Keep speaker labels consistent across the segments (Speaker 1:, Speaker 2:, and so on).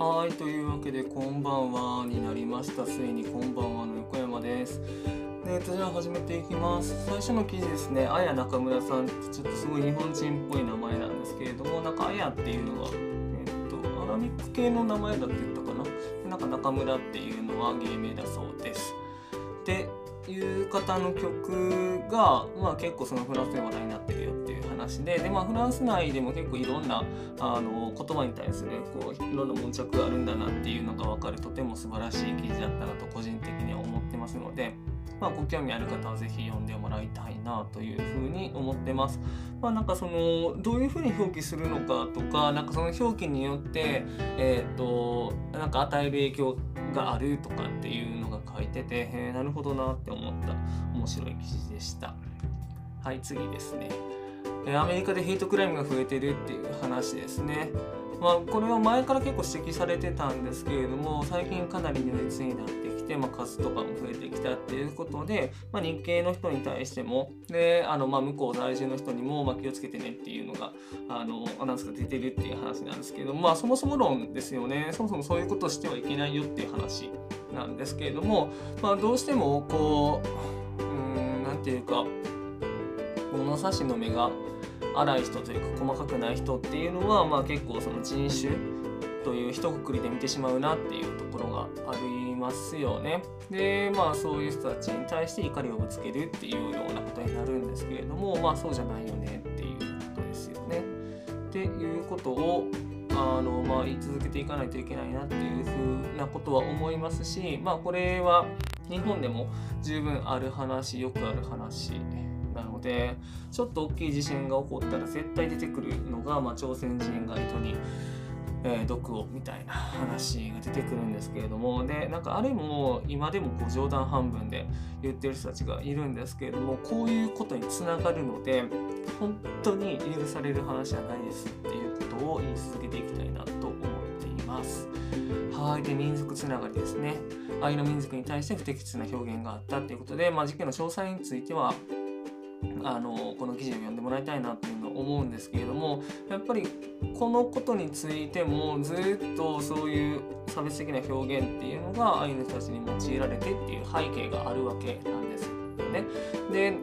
Speaker 1: はい、というわけで、こんばんはになりました。ついにこんばんはの横山です。じゃあ始めていきます。最初の記事ですね、あや中村さんってちょっとすごい日本人っぽい名前なんですけれども、なんかあやっていうのが、アラビック系の名前だって言ったかな。なんか中村っていうのは芸名だそうです。で、いう方の曲が、結構そのフランスで話題になってるよっていう話で、フランス内でも結構いろんな言葉に対するいろんな悶着があるんだなっていうのが分かる、とても素晴らしい記事だったなと個人的には思ってますので、ご興味ある方はぜひ読んでもらいたいなというふうに思ってます。なんかそのどういうふうに表記するのかとか、なんかその表記によってなんか与える影響があるとかっていうのが書いてて、なるほどなって思った面白い記事でした。はい、次ですね。アメリカでヘイトクライムが増えてるっていう話ですね。これは前から結構指摘されてたんですけれども、最近かなり如実になってきて、数とかも増えてきたっていうことで、日系の人に対しても、で、向こう在住の人にも、気をつけてねっていうのが、出てるっていう話なんですけれども、そもそも論ですよね。そもそもそういうことをしてはいけないよっていう話なんですけれども、どうしても、なんていうか、物差しの目が粗い人というか細かくない人っていうのは、結構その人種という一括りで見てしまうなっていうところがありますよね。で、そういう人たちに対して怒りをぶつけるっていうようなことになるんですけれども、そうじゃないよねっていうことですよね。っていうことを言い続けていかないといけないなっていうふうなことは思いますし、これは日本でも十分ある話、よくある話なので、ちょっと大きい地震が起こったら絶対出てくるのが、朝鮮人が糸に、毒をみたいな話が出てくるんですけれども、でなんかあれも今でも冗談半分で言ってる人たちがいるんですけれども、こういうことにつながるので本当に許される話じゃないですっていうことを言い続けていきたいなと思っています。はい。で、民族つながりですね。アイヌ民族に対して不適切な表現があったということで、事件の詳細についてはこの記事を読んでもらいたいなというのは思うんですけれども、やっぱりこのことについてもずっとそういう差別的な表現っていうのがアイヌ人たちに用いられてっていう背景があるわけなんですよね。で、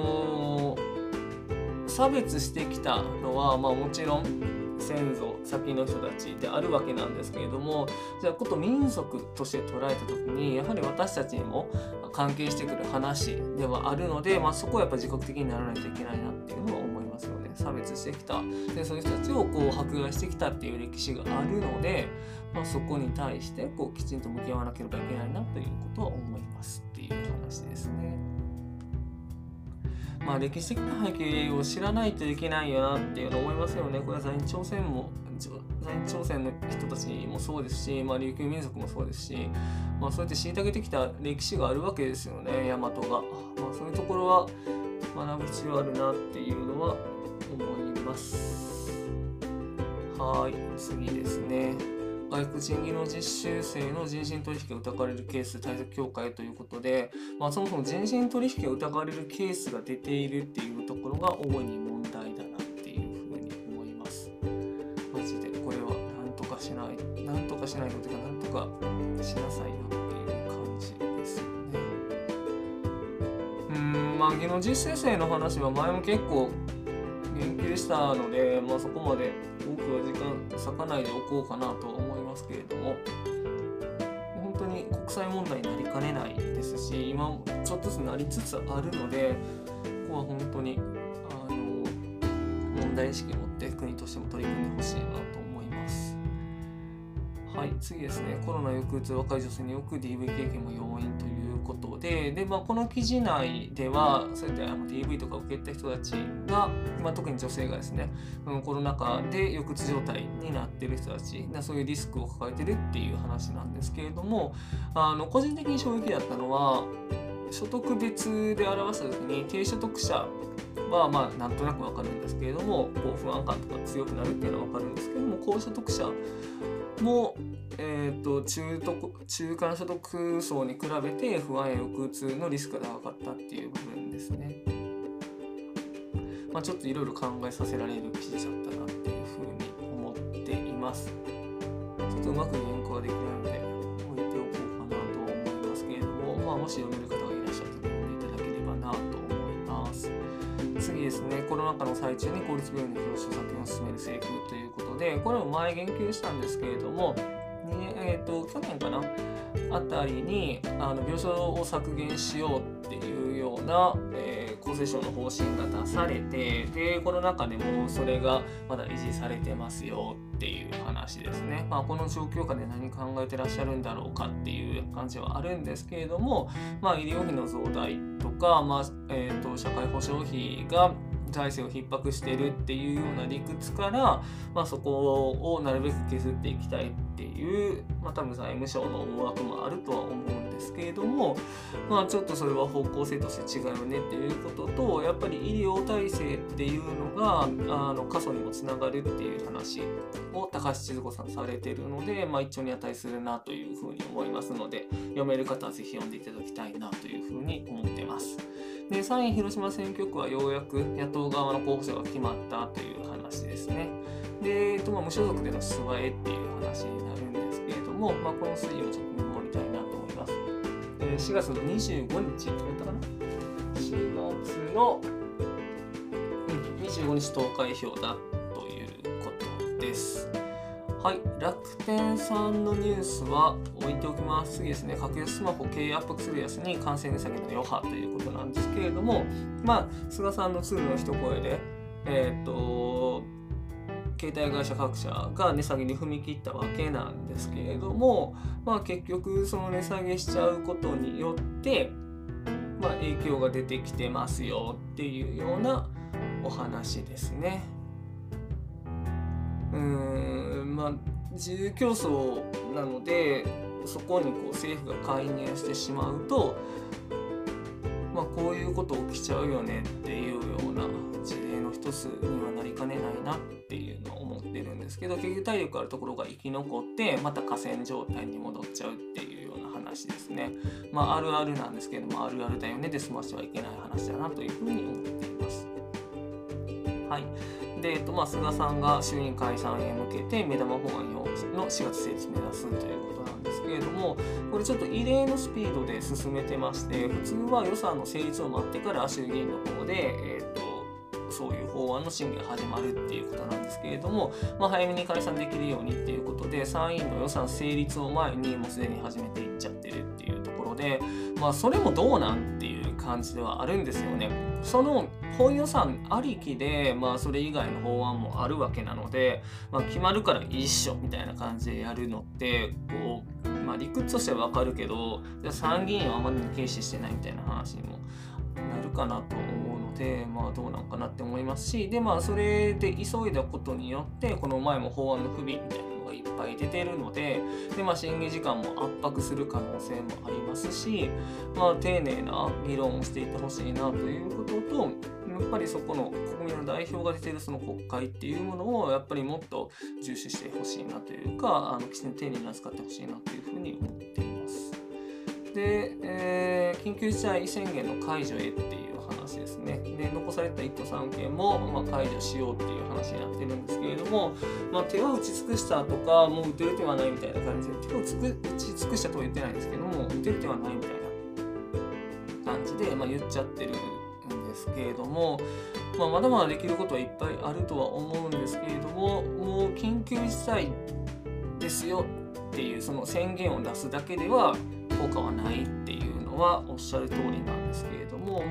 Speaker 1: 差別してきたのは、もちろん先祖先の人たちであるわけなんですけれども、じゃあこと民族として捉えた時にやはり私たちにも関係してくる話ではあるので、そこはやっぱ自覚的にならないといけないなっていうのは思いますよね。差別してきた、でそういう人たちを迫害してきたっていう歴史があるので、そこに対してきちんと向き合わなければいけないなということは思いますっていう話ですね。歴史的な背景を知らないといけないよなっていうのを思いますよね。これは在日朝鮮の人たちもそうですし、琉球民族もそうですし、そうやって虐げてきた歴史があるわけですよね、大和が。そういうところは学ぶ必要あるなっていうのは思います。はい、次ですね。外国人技能実習生の人身取引が疑われるケース対策協会ということで、そもそも人身取引が疑われるケースが出ているっていうところが主に問題だなっていうふうに思います。マジでこれはなんとかしないというか、なんとかしなさいよっていう感じですよね。技能実習生の話は前も結構言及したので、そこまで多くは時間割かないでおこうかなと思いますけれども、本当に国際問題になりかねないですし、今ちょっとずつなりつつあるので、ここは本当に問題意識を持って国としても取り組んでほしいなと思います。はい、次ですね。コロナ抑うつ若い女性によく DV 経験も要因ということで、この記事内ではそうやってDV とか受けた人たちが、特に女性がですね、コロナ禍で抑うつ状態になっている人たち、そういうリスクを抱えているっていう話なんですけれども、個人的に衝撃だったのは、所得別で表した時に低所得者はなんとなくわかるんですけれども、不安感とか強くなるっていうのはわかるんですけれども、高所得者も、中間所得層に比べて不安や抑うつのリスクが高かったっていう部分ですね。ちょっといろいろ考えさせられる記事だったなっていうふうに思っています。 ちょっとうまく原稿ができないので置いておこうかなと思いますけれども、もし読める方がいらっしゃったら読んでいただければなと思います。次ですね、コロナ禍の最中に公立病院の教師削減を進める政府ということで、これも前言及したんですけれども、去年かなあたりに病床を削減しようっていうような、厚生省の方針が出されて、でこの中でもそれがまだ維持されてますよっていう話ですね。この状況下で何考えてらっしゃるんだろうかっていう感じはあるんですけれども、医療費の増大とか、社会保障費が財政を逼迫しているっていうような理屈から、そこをなるべく削っていきたいっていう、多分財務省の思惑もあるとは思うんですけれども、ちょっとそれは方向性として違うよねっていうことと、やっぱり医療体制っていうのが過疎にもつながるっていう話を高橋千鶴子さんされているので、一丁に値するなというふうに思いますので、読める方はぜひ読んでいただきたいなというふうに思っています。で、3位広島選挙区はようやく野党側の候補者が決まったという話ですね。で、無所属での出馬へっていう話になるんですけれども、この推移をちょっと見守りたいなと思います。4月の25日だったかな ?4 月の、25日投開票だということです。はい、楽天さんのニュースは置いておきます。次ですね、格安スマホ経営圧迫する安に感染値下げの余波ということなんですけれども、菅さんの鶴の一声で、携帯会社各社が値下げに踏み切ったわけなんですけれども、結局その値下げしちゃうことによって、影響が出てきてますよっていうようなお話ですね。自由競争なので、そこに政府が介入してしまうと、こういうこと起きちゃうよねっていうような事例の一つにはなりかねないなっていうのを思ってるんですけど、結局体力あるところが生き残ってまた河川状態に戻っちゃうっていうような話ですね。あるあるなんですけども、あるあるだよねで済ましてはいけない話だなというふうに思っています。はい。で、菅さんが衆院解散へ向けて目玉法案の4月成立目指すということなんですけれども、これちょっと異例のスピードで進めてまして、普通は予算の成立を待ってから衆議院の方で、そういう法案の審議が始まるっていうことなんですけれども、早めに解散できるようにっていうことで、参院の予算成立を前にもうすでに始めていっちゃってるっていうところで、それもどうなんっていう感じではあるんですよね。その本予算ありきで、それ以外の法案もあるわけなので、決まるから一緒みたいな感じでやるのって理屈としてはわかるけど、じゃあ参議院はあまりに軽視してないみたいな話にもなるかなと思うので、どうなんかなって思いますし、でそれで急いだことによってこの前も法案の不備みたいなのがいっぱい出てるので、審議時間も圧迫する可能性もありますし、丁寧な議論をしていってほしいなということと、やっぱりそこの国民の代表が出ているその国会っていうものをやっぱりもっと重視してほしいなというか、きちんと丁寧に扱ってほしいなというふうに思っています。で、緊急事態宣言の解除へっていう話ですね。で、残された1都3県も解除しようっていう話になってるんですけれども、手は打ち尽くしたとか、もう打てる手はないみたいな感じで、手を打ち尽くしたとは言ってないんですけども、打てる手はないみたいな感じで、言っちゃってるんですけれども、まだまだできることはいっぱいあるとは思うんですけれども、もう緊急事態ですよっていうその宣言を出すだけでは効果はないっていうのはおっしゃる通りなんですけれども、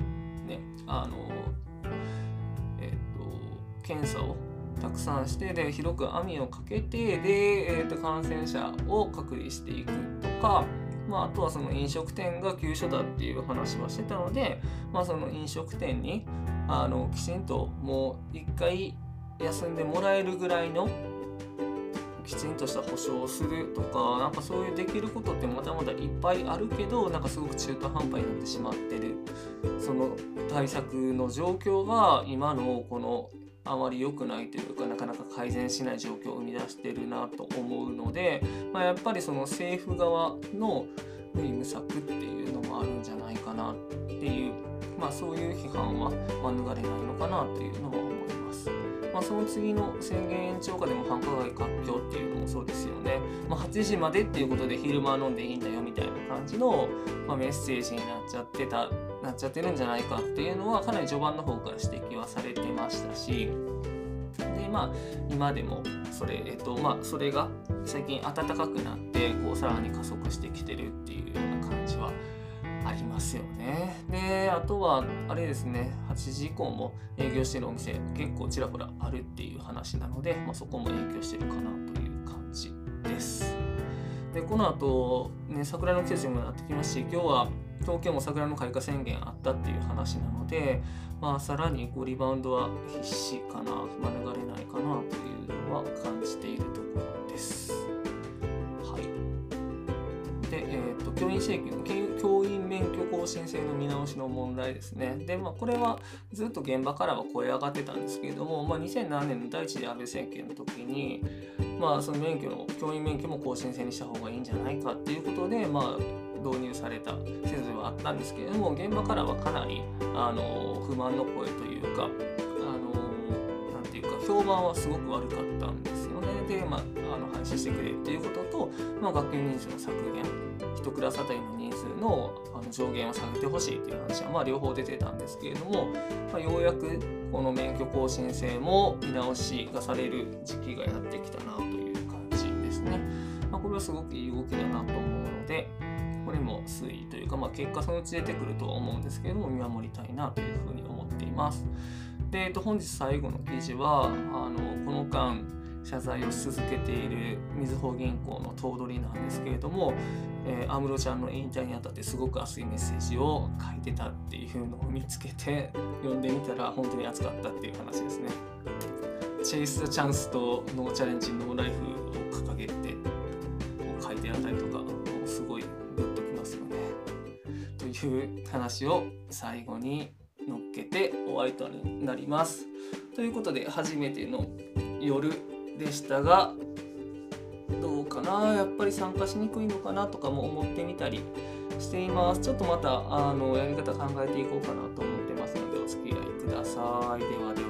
Speaker 1: 検査をたくさんして、で広く網をかけて、で、感染者を隔離していくとか、あとはその飲食店が急所だっていう話はしてたので、その飲食店にきちんともう一回休んでもらえるぐらいのきちんとした保証をするとか、そういうできることってまだまだいっぱいあるけど、すごく中途半端になってしまってるその対策の状況が今のこのあまり良くないというか、なかなか改善しない状況を生み出してるなと思うので、やっぱりその政府側の無理無策っていうのもあるんじゃないかなっていう、そういう批判は免れないのかなというのは思います。 その次の宣言延長下でも繁華街活況っていうのもそうですよね。8時までっていうことで昼間飲んでいいんだよみたいな感じの、メッセージになっちゃってるんじゃないかっていうのはかなり序盤の方から指摘はされてましたし、で今でもそれが最近暖かくなってさらに加速してきてるっていうような感じはありますよね。であとはあれですね、8時以降も営業してるお店結構ちらほらあるっていう話なので、そこも影響してるかなという感じです。でこの後ね、桜の季節にもなってきますし、今日は東京も桜の開花宣言あったっていう話なので、さらにリバウンドは必至かな、免れないかなというのは感じているところです。はい。で、教員免許更新制の見直しの問題ですね。で、これはずっと現場からは声上がってたんですけれども、2007年の第一次安倍政権の時に、その教員免許も更新制にした方がいいんじゃないかっていうことで、導入された制度ではあったんですけれども、現場からはかなり不満の声というか、なんていうか評判はすごく悪かったんですよね。で、廃止してくれっていうことと、学級人数の削減、1クラスあたりの人数の上限を下げてほしいという話は両方出てたんですけれども、ようやくこの免許更新制も見直しがされる時期がやってきたなという感じですね。これはすごくいい動きだなと思うので、これも推移というか、結果そのうち出てくるとは思うんですけれども、見守りたいなというふうに思っています。で、本日最後の記事はこの間謝罪をし続けているみずほ銀行の頭取なんですけれども、安室ちゃんの引退にあたってすごく熱いメッセージを書いてたっていうのを見つけて読んでみたら本当に熱かったっていう話ですね。チェイス・チャンスとノーチャレンジ・ノーライフを掲げて書いてあったりとか、すごいグッときますよね。という話を最後に乗っけて終わりとなります。ということで初めての夜でしたが、どうかな、やっぱり参加しにくいのかなとかも思ってみたりしています。ちょっとまたやり方考えていこうかなと思ってますのでお付き合いください。ではでは。